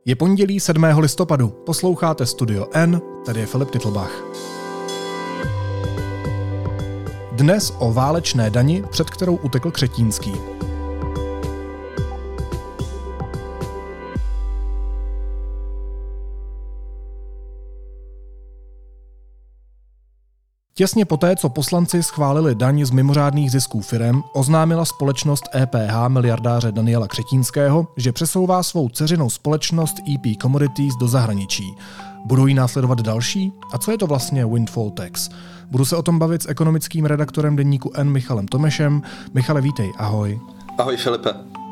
Je pondělí 7. listopadu, posloucháte Studio N, tady je Filip Titlbach. Dnes o válečné dani, před kterou utekl Křetínský. Těsně poté, co poslanci schválili daň z mimořádných zisků firem, oznámila společnost EPH miliardáře Daniela Křetínského, že přesouvá svou dceřinou společnost EP Commodities do zahraničí. Budou jí následovat další? A co je to vlastně windfall tax? Budu se o tom bavit s ekonomickým redaktorem deníku N Michalem Tomešem. Michale, vítej, ahoj. Ahoj Filipe.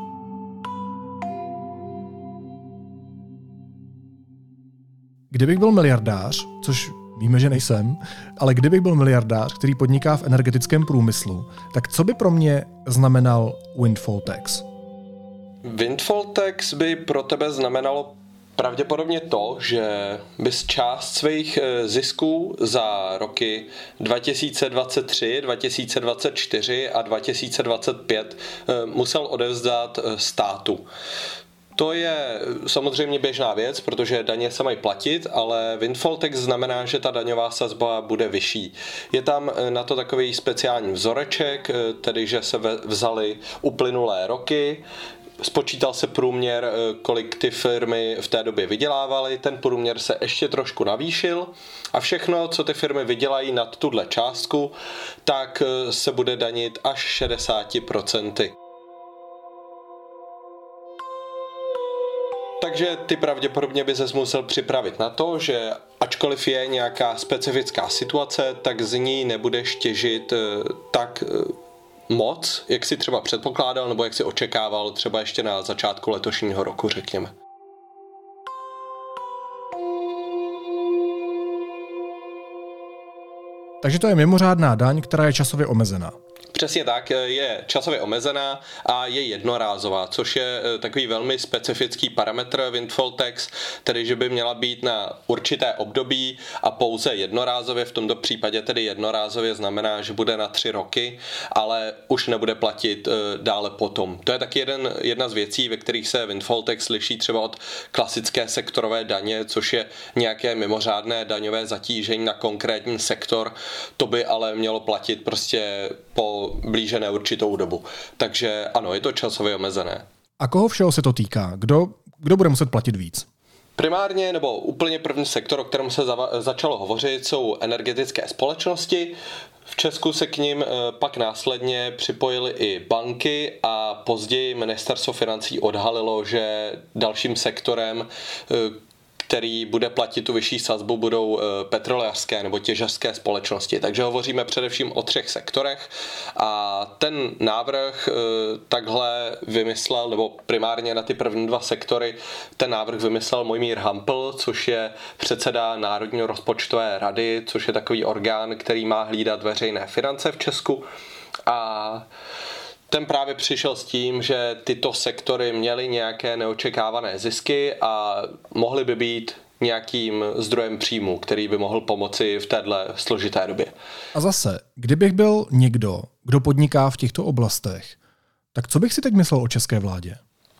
Kdybych byl miliardář, což víme, že nejsem, ale kdybych byl miliardář, který podniká v energetickém průmyslu, tak co by pro mě znamenal windfall tax? Windfall tax by pro tebe znamenalo pravděpodobně to, že bys část svých zisků za roky 2023, 2024 a 2025 musel odevzdat státu. To je samozřejmě běžná věc, protože daně se mají platit, ale windfall tax znamená, že ta daňová sazba bude vyšší. Je tam na to takový speciální vzoreček, tedy že se vzaly uplynulé roky, spočítal se průměr, kolik ty firmy v té době vydělávaly, ten průměr se ještě trošku navýšil a všechno, co ty firmy vydělají nad tuhle částku, tak se bude danit až 60%. Takže ty pravděpodobně by ses musel připravit na to, že ačkoliv je nějaká specifická situace, tak z ní nebudeš těžit tak moc, jak si třeba předpokládal nebo jak si očekával třeba ještě na začátku letošního roku, řekněme. Takže to je mimořádná daň, která je časově omezená. Přesně tak, je časově omezená a je jednorázová, což je takový velmi specifický parametr windfall tax, tedy že by měla být na určité období a pouze jednorázově, v tomto případě tedy jednorázově znamená, že bude na 3 roky, ale už nebude platit dále potom. To je taky jedna z věcí, ve kterých se windfall tax liší třeba od klasické sektorové daně, což je nějaké mimořádné daňové zatížení na konkrétní sektor. To by ale mělo platit prostě po blíže neurčitou dobu. Takže ano, je to časově omezené. A koho všeho se to týká? Kdo bude muset platit víc? Primárně nebo úplně první sektor, o kterém se začalo hovořit, jsou energetické společnosti. V Česku se k nim pak následně připojily i banky a později ministerstvo financí odhalilo, že dalším sektorem, který bude platit tu vyšší sazbu, budou petrolejářské nebo těžařské společnosti. Takže hovoříme především o 3 sektorech a ten návrh takhle vymyslel, nebo primárně na ty první 2 sektory, ten návrh vymyslel Mojmír Hampl, což je předseda Národní rozpočtové rady, což je takový orgán, který má hlídat veřejné finance v Česku. A ten právě přišel s tím, že tyto sektory měly nějaké neočekávané zisky a mohly by být nějakým zdrojem příjmu, který by mohl pomoci v téhle složité době. A zase, kdybych byl někdo, kdo podniká v těchto oblastech, tak co bych si teď myslel o české vládě?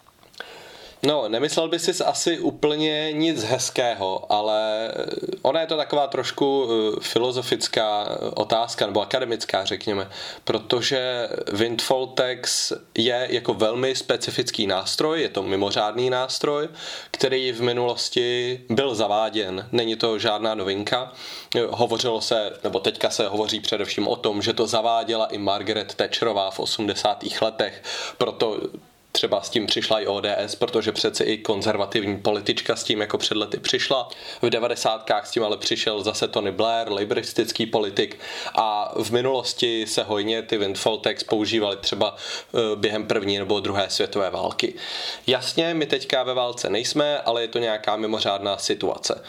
No, nemyslel by si asi úplně nic hezkého, ale ona je to taková trošku filozofická otázka, nebo akademická, řekněme, protože windfall tax je jako velmi specifický nástroj, je to mimořádný nástroj, který v minulosti byl zaváděn, není to žádná novinka. Hovořilo se, nebo teďka se hovoří především o tom, že to zaváděla i Margaret Thatcherová v 80. letech, proto třeba s tím přišla i ODS, protože přece i konzervativní politička s tím jako před lety přišla. V 90kách s tím ale přišel zase Tony Blair, laboristický politik a v minulosti se hojně ty windfall tax používaly třeba během první nebo druhé světové války. Jasně, my teďka ve válce nejsme, ale je to nějaká mimořádná situace.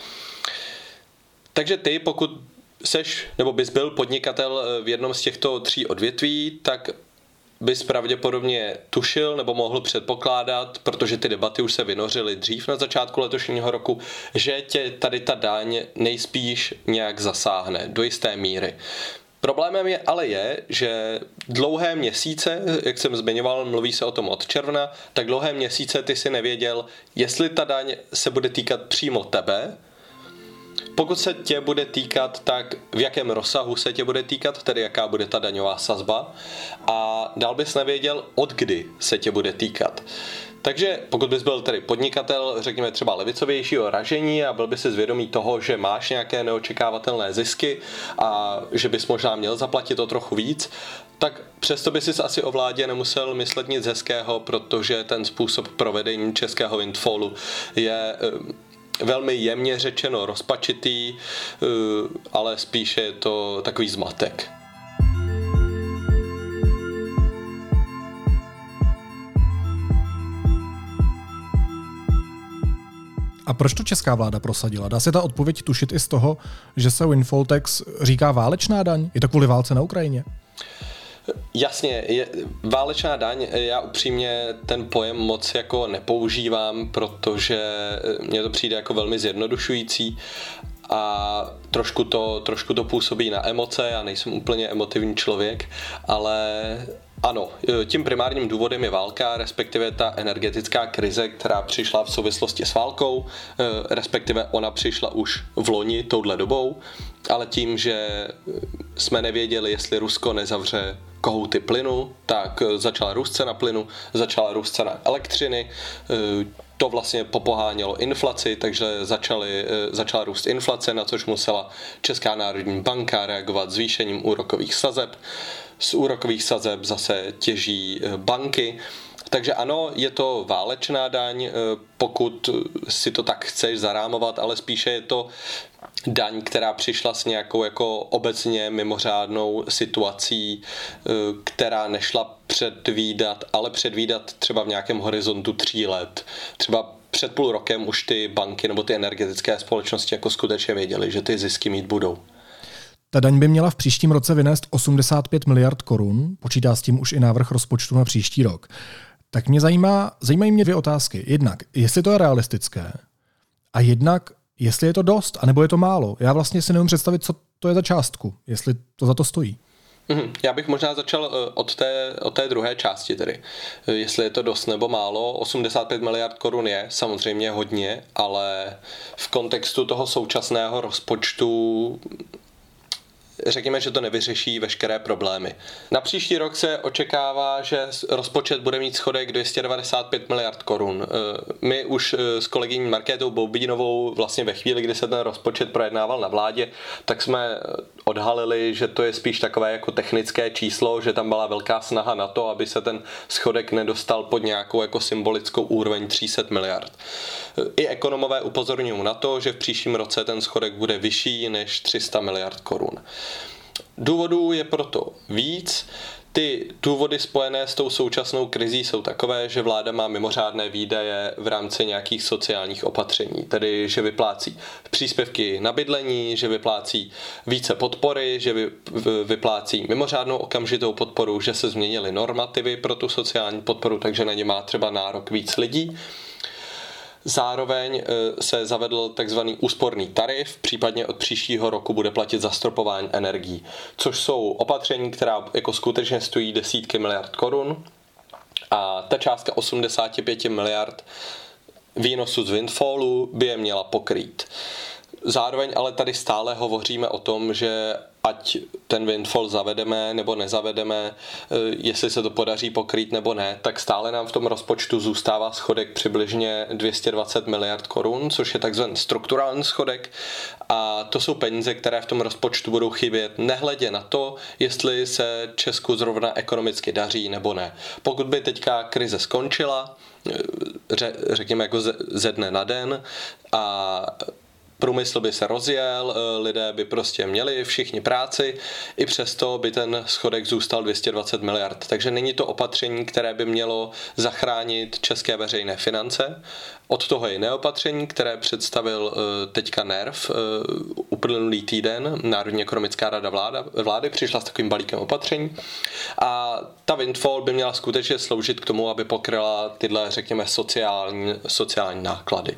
Takže ty, pokud seš nebo bys byl podnikatel v jednom z těchto 3 odvětví, tak bys pravděpodobně tušil nebo mohl předpokládat, protože ty debaty už se vynořily dřív na začátku letošního roku, že tě tady ta daň nejspíš nějak zasáhne do jisté míry. Problémem je, že dlouhé měsíce, jak jsem zmiňoval, mluví se o tom od června, tak dlouhé měsíce ty si nevěděl, jestli ta daň se bude týkat přímo tebe. Pokud se tě bude týkat, tak v jakém rozsahu se tě bude týkat, tedy jaká bude ta daňová sazba, a dál bys nevěděl, od kdy se tě bude týkat. Takže pokud bys byl tedy podnikatel, řekněme třeba levicovějšího ražení a byl by si zvědomý toho, že máš nějaké neočekávatelné zisky a že bys možná měl zaplatit o trochu víc, tak přesto by si asi o vládě nemusel myslet nic hezkého, protože ten způsob provedení českého windfallu je velmi jemně řečeno rozpačitý, ale spíše je to takový zmatek. A proč to česká vláda prosadila? Dá se ta odpověď tušit i z toho, že se windfall tax říká válečná daň? Je to kvůli válce na Ukrajině? Jasně, válečná daň, já upřímně ten pojem moc jako nepoužívám, protože mně to přijde jako velmi zjednodušující a trošku to působí na emoce, já nejsem úplně emotivní člověk, ale ano, tím primárním důvodem je válka, respektive ta energetická krize, která přišla v souvislosti s válkou, respektive ona přišla už v loni touhle dobou, ale tím, že jsme nevěděli, jestli Rusko nezavře kohouty plynu, tak začala růst cena plynu, začala růst cena elektřiny, to vlastně popohánělo inflaci, takže začala růst inflace, na což musela Česká národní banka reagovat zvýšením úrokových sazeb. Z úrokových sazeb zase těží banky. Takže ano, je to válečná daň, pokud si to tak chceš zarámovat, ale spíše je to daň, která přišla s nějakou jako obecně mimořádnou situací, která nešla předvídat, ale předvídat třeba v nějakém horizontu 3 let. Třeba před půl rokem už ty banky nebo ty energetické společnosti jako skutečně věděly, že ty zisky mít budou. Ta daň by měla v příštím roce vynést 85 miliard korun, počítá s tím už i návrh rozpočtu na příští rok. Tak mě zajímají mě 2 otázky. Jednak, jestli to je realistické, a jednak, jestli je to dost, anebo je to málo. Já vlastně si neumím představit, co to je za částku, jestli to za to stojí. Já bych možná začal od té druhé části tedy. Jestli je to dost nebo málo, 85 miliard korun je samozřejmě hodně, ale v kontextu toho současného rozpočtu řekněme, že to nevyřeší veškeré problémy. Na příští rok se očekává, že rozpočet bude mít schodek 295 miliard korun. My už s kolegyní Markétou Boubínovou vlastně ve chvíli, kdy se ten rozpočet projednával na vládě, tak jsme odhalili, že to je spíš takové jako technické číslo, že tam byla velká snaha na to, aby se ten schodek nedostal pod nějakou jako symbolickou úroveň 300 miliard. I ekonomové upozorňují na to, že v příštím roce ten schodek bude vyšší než 300 miliard korun. Důvodů je proto víc. Ty důvody spojené s tou současnou krizí jsou takové, že vláda má mimořádné výdaje v rámci nějakých sociálních opatření, tedy že vyplácí příspěvky na bydlení, že vyplácí více podpory, že vyplácí mimořádnou okamžitou podporu, že se změnily normativy pro tu sociální podporu, takže na ně má třeba nárok víc lidí. Zároveň se zavedl takzvaný úsporný tarif, případně od příštího roku bude platit zastropování energií, což jsou opatření, která jako skutečně stojí desítky miliard korun a ta částka 85 miliard výnosu z windfallu by je měla pokrýt. Zároveň ale tady stále hovoříme o tom, že ať ten windfall zavedeme nebo nezavedeme, jestli se to podaří pokrýt nebo ne, tak stále nám v tom rozpočtu zůstává schodek přibližně 220 miliard korun, což je takzvaný strukturální schodek a to jsou peníze, které v tom rozpočtu budou chybět nehledě na to, jestli se Česku zrovna ekonomicky daří nebo ne. Pokud by teďka krize skončila, řekněme jako ze dne na den a průmysl by se rozjel, lidé by prostě měli všichni práci, i přesto by ten schodek zůstal 220 miliard. Takže není to opatření, které by mělo zachránit české veřejné finance. Od toho je jiné opatření, které představil teďka NERV uplynulý týden. Národní ekonomická rada vlády přišla s takovým balíkem opatření a ta windfall by měla skutečně sloužit k tomu, aby pokryla tyhle, řekněme, sociální náklady.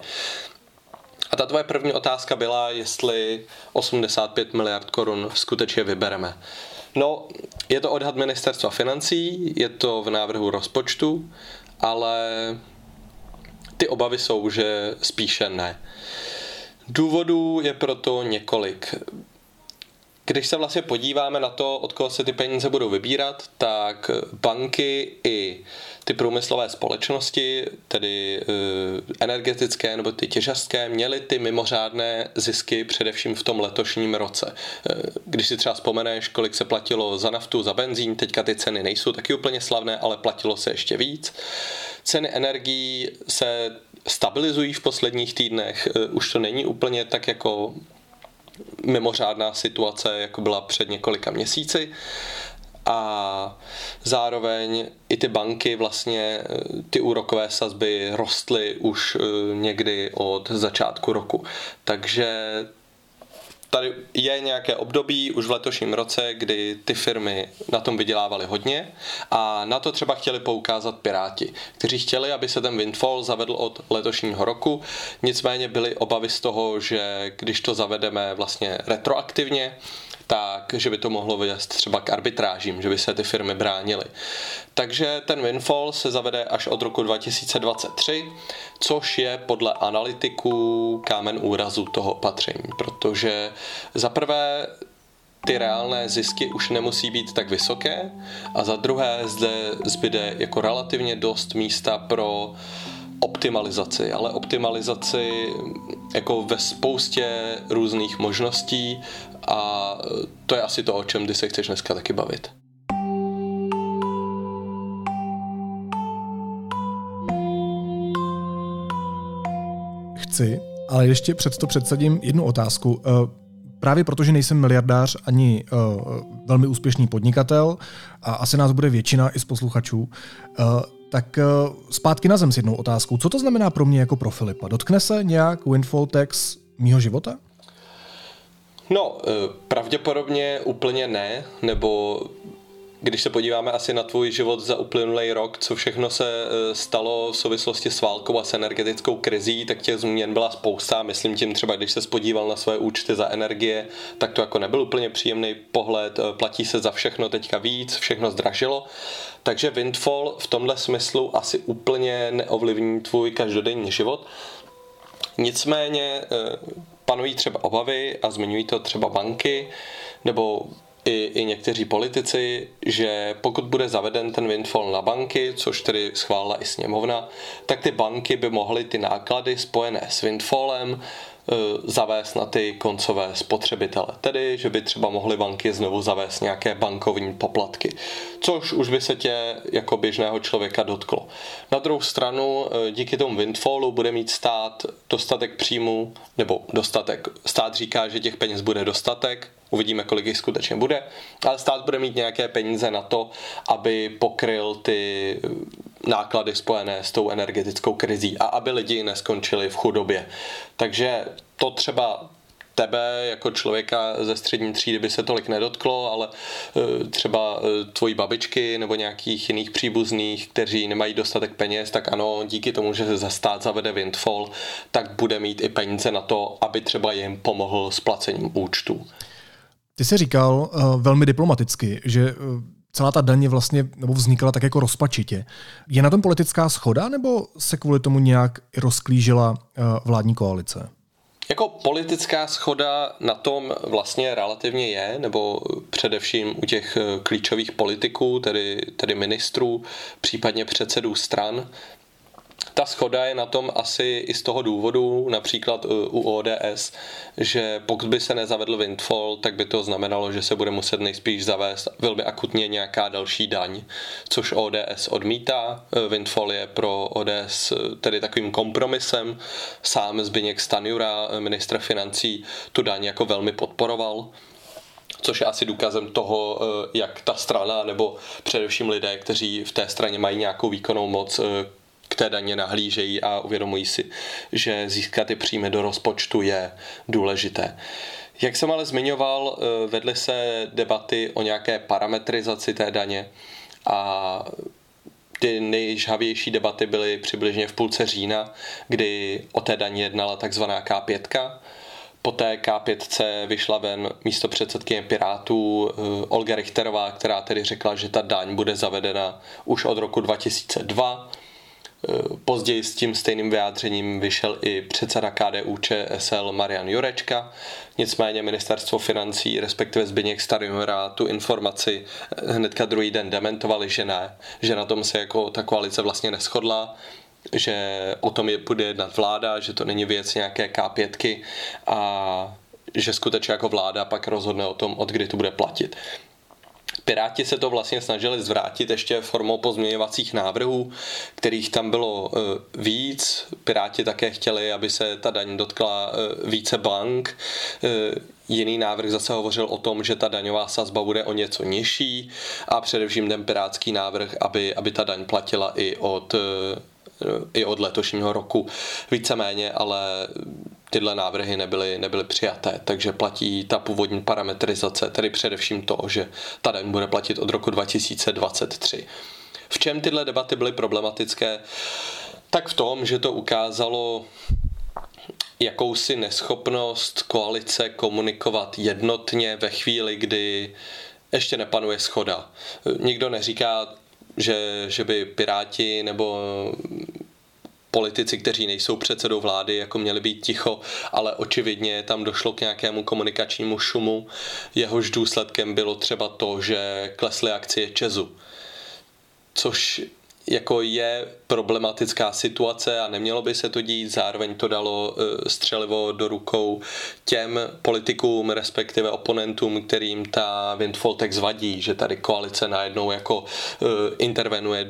A ta tvoje první otázka byla, jestli 85 miliard korun skutečně vybereme. No, je to odhad ministerstva financí, je to v návrhu rozpočtu, ale ty obavy jsou, že spíše ne. Důvodů je proto několik. Když se vlastně podíváme na to, od koho se ty peníze budou vybírat, tak banky i ty průmyslové společnosti, tedy energetické nebo ty těžařské, měly ty mimořádné zisky především v tom letošním roce. Když si třeba vzpomeneš, kolik se platilo za naftu, za benzín, teďka ty ceny nejsou taky úplně slavné, ale platilo se ještě víc. Ceny energií se stabilizují v posledních týdnech, už to není úplně tak jako mimořádná situace, jako byla před několika měsíci, a zároveň i ty banky vlastně, ty úrokové sazby rostly už někdy od začátku roku. Takže tady je nějaké období už v letošním roce, kdy ty firmy na tom vydělávaly hodně a na to třeba chtěli poukázat Piráti, kteří chtěli, aby se ten windfall zavedl od letošního roku, nicméně byly obavy z toho, že když to zavedeme vlastně retroaktivně, tak, že by to mohlo vést třeba k arbitrážím, že by se ty firmy bránily. Takže ten windfall se zavede až od roku 2023, což je podle analytiků kámen úrazu toho opatření, protože za prvé ty reálné zisky už nemusí být tak vysoké a za druhé zde zbyde jako relativně dost místa pro optimalizaci, ale optimalizaci jako ve spoustě různých možností a to je asi to, o čem ty se chceš dneska taky bavit. Chci, ale ještě přesto předsadím jednu otázku. Právě protože nejsem miliardář ani velmi úspěšný podnikatel a asi nás bude většina i z posluchačů, tak zpátky na zem s jednou otázkou. Co to znamená pro mě jako pro Filipa? Dotkne se nějak windfall tax mýho života? No, pravděpodobně úplně ne, nebo když se podíváme asi na tvůj život za uplynulý rok, co všechno se stalo v souvislosti s válkou a s energetickou krizí, tak těch změn byla spousta. Myslím tím třeba, když se podíval na své účty za energie, tak to jako nebyl úplně příjemný pohled, platí se za všechno teďka víc, všechno zdražilo. Takže windfall v tomhle smyslu asi úplně neovlivní tvůj každodenní život. Nicméně panují třeba obavy a zmiňují to třeba banky nebo i někteří politici, že pokud bude zaveden ten windfall na banky, což tedy schválila i sněmovna, tak ty banky by mohly ty náklady spojené s windfallem zavést na ty koncové spotřebitele. Tedy, že by třeba mohly banky znovu zavést nějaké bankovní poplatky, což už by se tě jako běžného člověka dotklo. Na druhou stranu, díky tomu windfallu bude mít stát dostatek příjmů, nebo dostatek. Stát říká, že těch peněz bude dostatek, uvidíme, kolik jich skutečně bude, ale stát bude mít nějaké peníze na to, aby pokryl ty náklady spojené s tou energetickou krizí a aby lidi neskončili v chudobě. Takže to třeba tebe jako člověka ze střední třídy by se tolik nedotklo, ale třeba tvojí babičky nebo nějakých jiných příbuzných, kteří nemají dostatek peněz, tak ano, díky tomu, že se za stát zavede windfall, tak bude mít i peníze na to, aby třeba jim pomohl s placením účtů. Ty jsi říkal velmi diplomaticky, že celá ta daň vlastně nebo vznikala tak jako rozpačitě. Je na tom politická shoda, nebo se kvůli tomu nějak rozklížila vládní koalice? Jako politická shoda na tom vlastně relativně je, nebo především u těch klíčových politiků, tedy ministrů, případně předsedů stran. Ta shoda je na tom asi i z toho důvodu, například u ODS, že pokud by se nezavedl windfall, tak by to znamenalo, že se bude muset nejspíš zavést velmi akutně nějaká další daň, což ODS odmítá. Windfall je pro ODS tedy takovým kompromisem. Sám Zbyněk Stanjura, ministr financí, tu daň jako velmi podporoval, což je asi důkazem toho, jak ta strana nebo především lidé, kteří v té straně mají nějakou výkonnou moc, k té daně nahlížejí a uvědomují si, že získat ty příjmy do rozpočtu je důležité. Jak jsem ale zmiňoval, vedly se debaty o nějaké parametrizaci té daně a ty nejžhavější debaty byly přibližně v půlce října, kdy o té daně jednala takzvaná K5. Po té K5 vyšla ven místopředsedkyně Pirátů Olga Richterová, která tedy řekla, že ta daň bude zavedena už od roku 2002. Později s tím stejným vyjádřením vyšel i předseda KDU-ČSL Marian Jurečka. Nicméně ministerstvo financí, respektive Zbyněk Stanjura, tu informaci hnedka druhý den dementovali, že ne, že na tom se jako ta koalice vlastně neshodla, že o tom bude jednat vláda, že to není věc nějaké K5 a že skutečně jako vláda pak rozhodne o tom, od kdy to bude platit. Piráti se to vlastně snažili zvrátit ještě formou pozměňovacích návrhů, kterých tam bylo víc. Piráti také chtěli, aby se ta daň dotkla více bank. Jiný návrh zase hovořil o tom, že ta daňová sazba bude o něco nižší a především ten pirátský návrh, aby ta daň platila i od letošního roku. Víceméně, ale tyhle návrhy nebyly přijaté, takže platí ta původní parametrizace, tedy především to, že ta daň bude platit od roku 2023. V čem tyhle debaty byly problematické? Tak v tom, že to ukázalo jakousi neschopnost koalice komunikovat jednotně ve chvíli, kdy ještě nepanuje shoda. Nikdo neříká, že by Piráti nebo politici, kteří nejsou předsedou vlády, jako měli být ticho, ale očividně tam došlo k nějakému komunikačnímu šumu. Jehož důsledkem bylo třeba to, že klesly akcie ČEZu, což jako je problematická situace a nemělo by se to dít, zároveň to dalo střelivo do rukou těm politikům, respektive oponentům, kterým ta windfall tax vadí, že tady koalice najednou jako intervenuje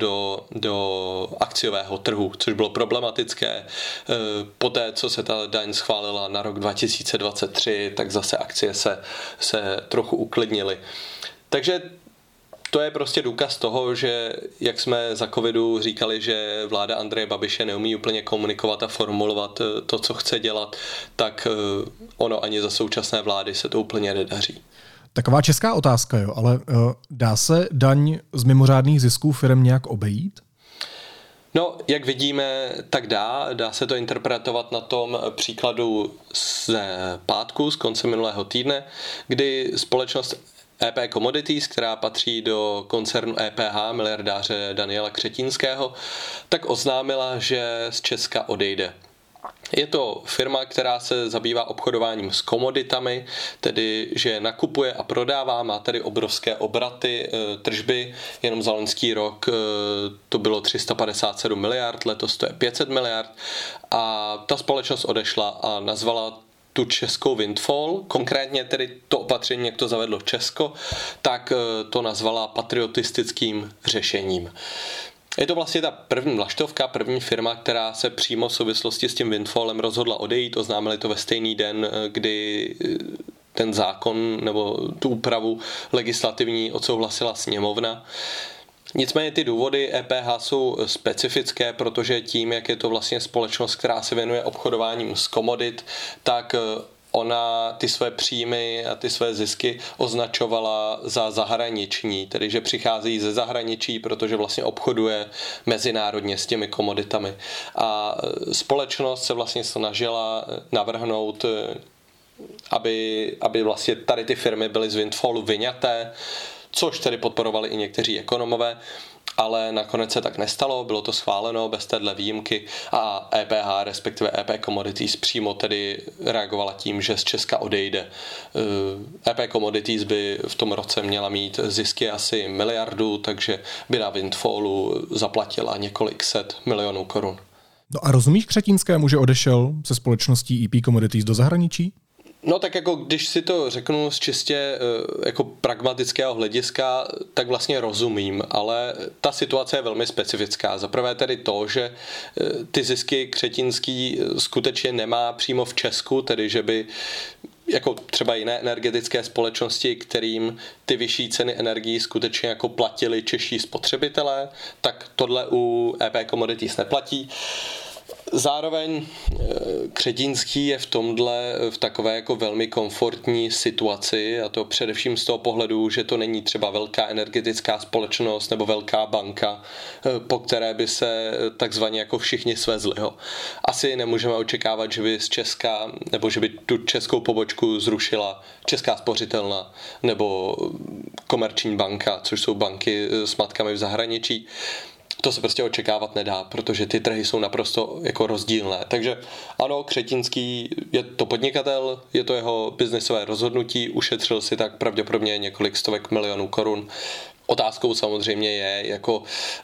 do akciového trhu, což bylo problematické. Poté, co se ta daň schválila na rok 2023, tak zase akcie se trochu uklidnily. Takže to je prostě důkaz toho, že jak jsme za covidu říkali, že vláda Andreje Babiše neumí úplně komunikovat a formulovat to, co chce dělat, tak ono ani za současné vlády se to úplně nedaří. Taková česká otázka, jo, ale dá se daň z mimořádných zisků firem nějak obejít? No, jak vidíme, tak dá se to interpretovat na tom příkladu z pátku, z konce minulého týdne, kdy společnost EP Commodities, která patří do koncernu EPH miliardáře Daniela Křetínského, tak oznámila, že z Česka odejde. Je to firma, která se zabývá obchodováním s komoditami, tedy že nakupuje a prodává, má tedy obrovské obraty, tržby, jenom za loňský rok to bylo 357 miliard, letos to je 500 miliard a ta společnost odešla a nazvala tu českou windfall, konkrétně tedy to opatření, jak to zavedlo Česko, tak to nazvala patriotistickým řešením. Je to vlastně ta první vlaštovka, první firma, která se přímo v souvislosti s tím windfallem rozhodla odejít, oznámili to ve stejný den, kdy ten zákon nebo tu úpravu legislativní odsouhlasila sněmovna. Nicméně ty důvody EPH jsou specifické, protože tím, jak je to vlastně společnost, která se věnuje obchodováním s komodit, tak ona ty své příjmy a ty své zisky označovala za zahraniční, tedy že přichází ze zahraničí, protože vlastně obchoduje mezinárodně s těmi komoditami. A společnost se vlastně snažila navrhnout, aby vlastně tady ty firmy byly z windfallu vyňaté, což tedy podporovali i někteří ekonomové, ale nakonec se tak nestalo, bylo to schváleno bez téhle výjimky a EPH, respektive EP Commodities přímo tedy reagovala tím, že z Česka odejde. EP Commodities by v tom roce měla mít zisky asi miliardu, takže by na windfallu zaplatila několik set milionů korun. No a rozumíš Křetínskému, že odešel se společností EP Commodities do zahraničí? No tak jako když si to řeknu z čistě jako pragmatického hlediska, tak vlastně rozumím, ale ta situace je velmi specifická. Za prvé tedy to, že ty zisky Křetínský skutečně nemá přímo v Česku, tedy že by jako třeba jiné energetické společnosti, kterým ty vyšší ceny energií skutečně jako platili čeští spotřebitelé, tak tohle u EP Commodities neplatí. Zároveň Křetínský je v takové jako velmi komfortní situaci, a to především z toho pohledu, že to není třeba velká energetická společnost nebo velká banka, po které by se takzvaně jako všichni svezli. Jo. Asi nemůžeme očekávat, že by z Česka, nebo že by tu českou pobočku zrušila Česká spořitelna nebo Komerční banka, což jsou banky s matkami v zahraničí. To se prostě očekávat nedá, protože ty trhy jsou naprosto jako rozdílné. Takže ano, Křetínský je to podnikatel, je to jeho biznesové rozhodnutí, ušetřil si tak pravděpodobně několik stovek milionů korun. Otázkou samozřejmě je, jako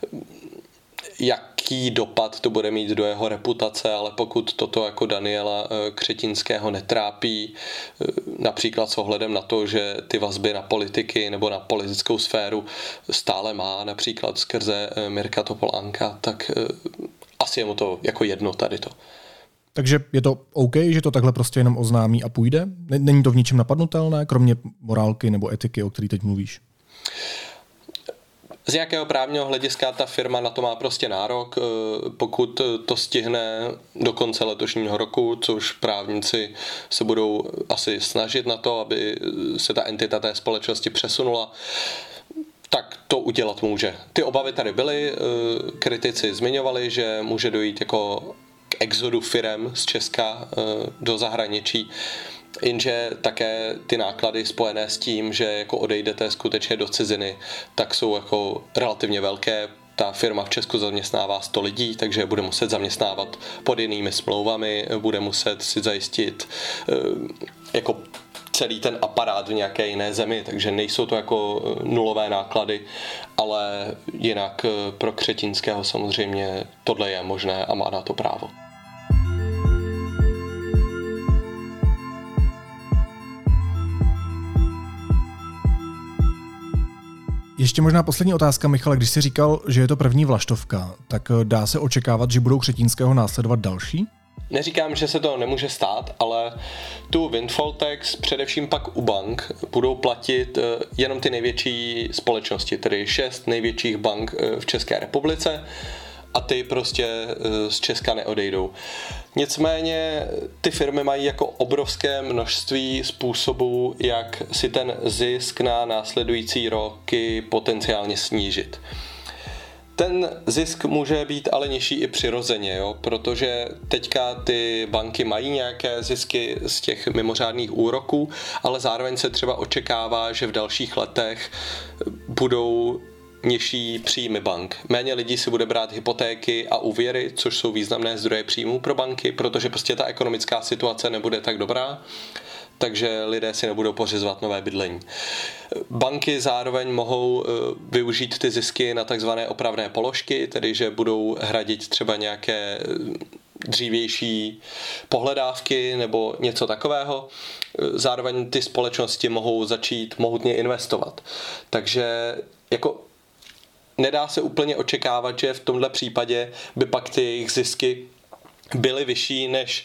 jaký dopad to bude mít do jeho reputace, ale pokud toto jako Daniela Křetínského netrápí, například s ohledem na to, že ty vazby na politiky nebo na politickou sféru stále má, například skrze Mirka Topolánka, tak asi je mu to jako jedno tady to. Takže je to OK, že to takhle prostě jenom oznámí a půjde? Není to v ničem napadnutelné, kromě morálky nebo etiky, o který teď mluvíš? Z nějakého právního hlediska ta firma na to má prostě nárok, pokud to stihne do konce letošního roku, což právníci se budou asi snažit na to, aby se ta entita té společnosti přesunula, tak to udělat může. Ty obavy tady byly, kritici zmiňovali, že může dojít jako k exodu firem z Česka do zahraničí, jenže také ty náklady spojené s tím, že jako odejdete skutečně do ciziny, tak jsou jako relativně velké. Ta firma v Česku zaměstnává 100 lidí, takže bude muset zaměstnávat pod jinými smlouvami, bude muset si zajistit jako celý ten aparát v nějaké jiné zemi, takže nejsou to jako nulové náklady, ale jinak pro Křetínského samozřejmě tohle je možné a má na to právo. Ještě možná poslední otázka, Michale, když jsi říkal, že je to první vlaštovka, tak dá se očekávat, že budou Křetínského následovat další? Neříkám, že se to nemůže stát, ale tu windfall tax především pak u bank budou platit jenom ty největší společnosti, tedy 6 největších bank v České republice, a ty prostě z Česka neodejdou. Nicméně ty firmy mají jako obrovské množství způsobů, jak si ten zisk na následující roky potenciálně snížit. Ten zisk může být ale nižší i přirozeně, jo? Protože teďka ty banky mají nějaké zisky z těch mimořádných úroků, ale zároveň se třeba očekává, že v dalších letech budou nižší příjmy bank. Méně lidí si bude brát hypotéky a úvěry, což jsou významné zdroje příjmů pro banky, protože prostě ta ekonomická situace nebude tak dobrá, takže lidé si nebudou pořizovat nové bydlení. Banky zároveň mohou využít ty zisky na takzvané opravné položky, tedy že budou hradit třeba nějaké dřívější pohledávky nebo něco takového. Zároveň ty společnosti mohou začít mohutně investovat. Takže jako nedá se úplně očekávat, že v tomhle případě by pak ty jejich zisky byly vyšší než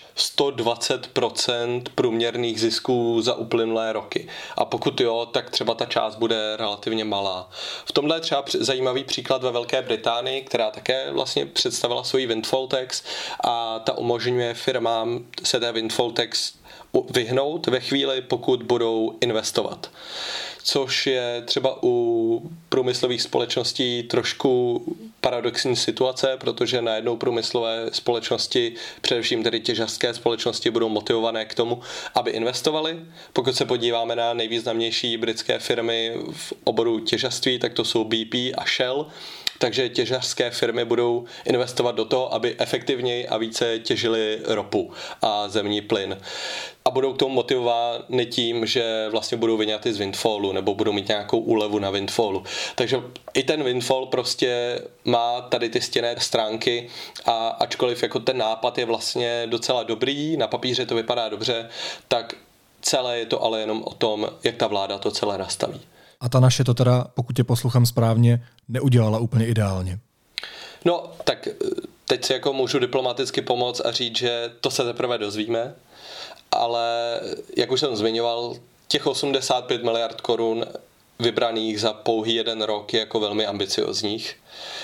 120% průměrných zisků za uplynulé roky. A pokud jo, tak třeba ta část bude relativně malá. V tomhle je třeba zajímavý příklad ve Velké Británii, která také vlastně představila svůj windfall tax a ta umožňuje firmám se té windfall tax vyhnout ve chvíli, pokud budou investovat. Což je třeba u průmyslových společností trošku paradoxní situace, protože najednou průmyslové společnosti, především tedy těžařské společnosti, budou motivované k tomu, aby investovali. Pokud se podíváme na nejvýznamnější britské firmy v oboru těžařství, tak to jsou BP a Shell. Takže těžařské firmy budou investovat do toho, aby efektivněji a více těžili ropu a zemní plyn. A budou k tomu motivovány tím, že vlastně budou vyňaty z windfallu nebo budou mít nějakou úlevu na windfallu. Takže i ten windfall prostě má tady ty stinné stránky a ačkoliv jako ten nápad je vlastně docela dobrý, na papíře to vypadá dobře, tak celé je to ale jenom o tom, jak ta vláda to celé nastaví. A ta naše to teda, pokud tě poslouchám správně, neudělala úplně ideálně. No, tak teď si jako můžu diplomaticky pomoct a říct, že to se teprve dozvíme, ale jak už jsem zmiňoval, těch 85 miliard korun vybraných za pouhý jeden rok je jako velmi ambiciozních.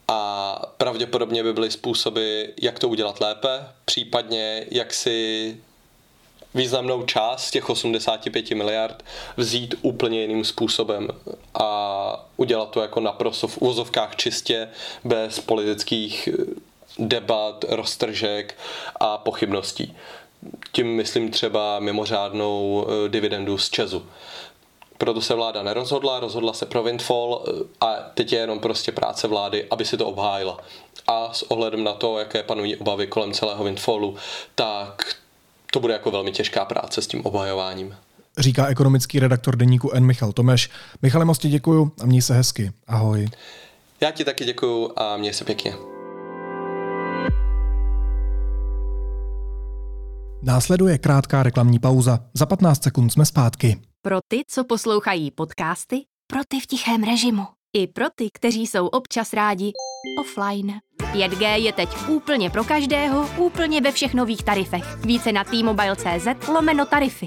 a pravděpodobně by byly způsoby, jak to udělat lépe, případně jak si významnou část z těch 85 miliard vzít úplně jiným způsobem a udělat to jako naprosto v úvozovkách čistě, bez politických debat, roztržek a pochybností. Tím myslím třeba mimořádnou dividendu z ČEZu. Proto se vláda nerozhodla, rozhodla se pro windfall a teď je jenom prostě práce vlády, aby si to obhájila. A s ohledem na to, jaké panují obavy kolem celého windfallu, tak to bude jako velmi těžká práce s tím obhajováním. Říká ekonomický redaktor deníku N. Michal Tomeš. Michale, moc ti děkuju a měj se hezky. Ahoj. Já ti taky děkuju a měj se pěkně. Následuje krátká reklamní pauza. Za 15 sekund jsme zpátky. Pro ty, co poslouchají podcasty, pro ty v tichém režimu. I pro ty, kteří jsou občas rádi offline. 5G je teď úplně pro každého, úplně ve všech nových tarifech. Více na t-mobile.cz/tarify.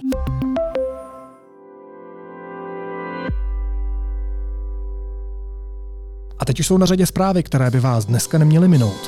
A teď už jsou na řadě zprávy, které by vás dneska neměly minout.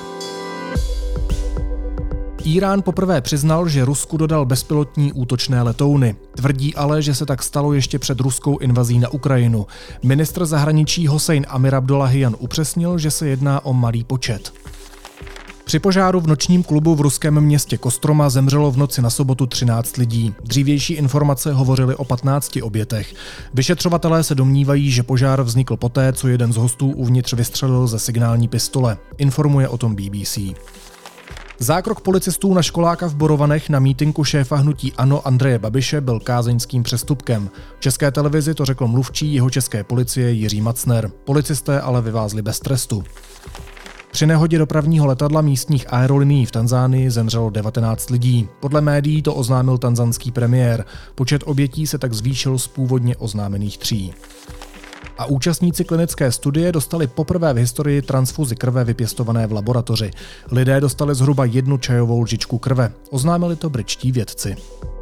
Írán poprvé přiznal, že Rusku dodal bezpilotní útočné letouny. Tvrdí ale, že se tak stalo ještě před ruskou invazí na Ukrajinu. Ministr zahraničí Hossein Amir Abdollahian upřesnil, že se jedná o malý počet. Při požáru v nočním klubu v ruském městě Kostroma zemřelo v noci na sobotu 13 lidí. Dřívější informace hovořily o 15 obětech. Vyšetřovatelé se domnívají, že požár vznikl poté, co jeden z hostů uvnitř vystřelil ze signální pistole. Informuje o tom BBC. Zákrok policistů na školáka v Borovanech na mítinku šéfa hnutí ANO Andreje Babiše byl kázeňským přestupkem. České televizi to řekl mluvčí jihočeské policie Jiří Macner. Policisté ale vyvázli bez trestu. Při nehodě dopravního letadla místních aerolinií v Tanzánii zemřelo 19 lidí. Podle médií to oznámil tanzanský premiér. Počet obětí se tak zvýšil z původně oznámených 3. A účastníci klinické studie dostali poprvé v historii transfuzi krve vypěstované v laboratoři. Lidé dostali zhruba 1 čajovou lžičku krve. Oznámili to britští vědci.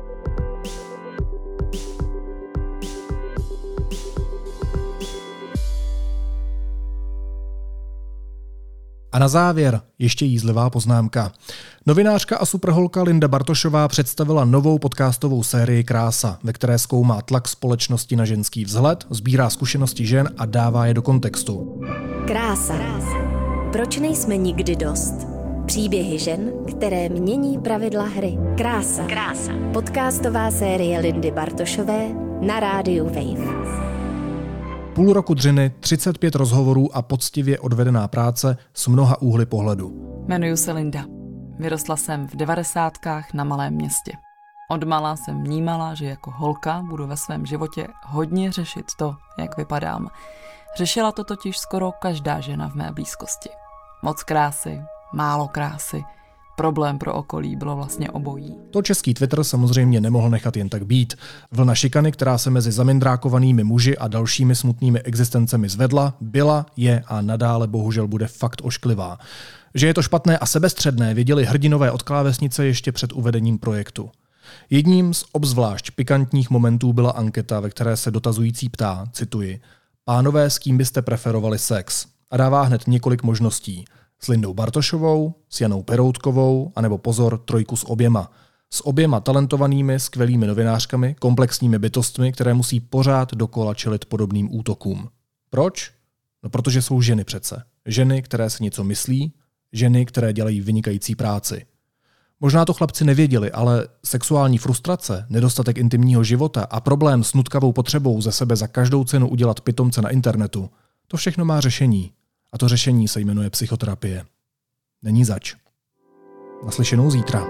A na závěr ještě jízlivá poznámka. Novinářka a superholka Linda Bartošová představila novou podcastovou sérii Krása, ve které zkoumá tlak společnosti na ženský vzhled, sbírá zkušenosti žen a dává je do kontextu. Krása. Proč nejsme nikdy dost? Příběhy žen, které mění pravidla hry. Krása. Podcastová série Lindy Bartošové na rádiu Wave. Půl roku dřiny, 35 rozhovorů a poctivě odvedená práce s mnoha úhly pohledu. Jmenuji se Linda. Vyrostla jsem v 90kách na malém městě. Odmala jsem vnímala, že jako holka budu ve svém životě hodně řešit to, jak vypadám. Řešila to totiž skoro každá žena v mé blízkosti. Moc krásy, málo krásy. Problém pro okolí bylo vlastně obojí. To český Twitter samozřejmě nemohl nechat jen tak být. Vlna šikany, která se mezi zamindrákovanými muži a dalšími smutnými existencemi zvedla, byla, je a nadále bohužel bude fakt ošklivá. Že je to špatné a sebestředné, věděli hrdinové od klávesnice ještě před uvedením projektu. Jedním z obzvlášť pikantních momentů byla anketa, ve které se dotazující ptá, cituji, pánové, s kým byste preferovali sex? A dává hned několik možností. S Lindou Bartošovou, s Janou Peroutkovou, anebo pozor, trojku s oběma. S oběma talentovanými, skvělými novinářkami, komplexními bytostmi, které musí pořád dokola čelit podobným útokům. Proč? No protože jsou ženy přece. Ženy, které si něco myslí, ženy, které dělají vynikající práci. Možná to chlapci nevěděli, ale sexuální frustrace, nedostatek intimního života a problém s nutkavou potřebou ze sebe za každou cenu udělat pitomce na internetu, to všechno má řešení. A to řešení se jmenuje psychoterapie. Není zač. Naslyšenou zítra.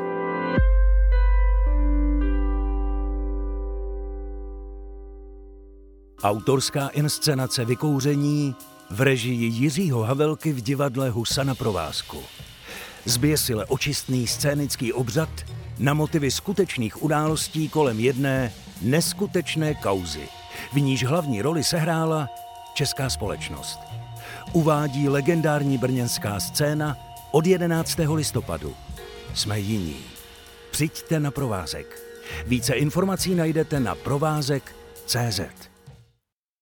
Autorská inscenace Vykouření v režii Jiřího Havelky v divadle Husa na provázku. Zběsile očistný scénický obřad na motivy skutečných událostí kolem jedné neskutečné kauzy, v níž hlavní roli sehrála česká společnost. Uvádí legendární brněnská scéna od 11. listopadu. Jsme jiní. Přijďte na provázek. Více informací najdete na provázek.cz.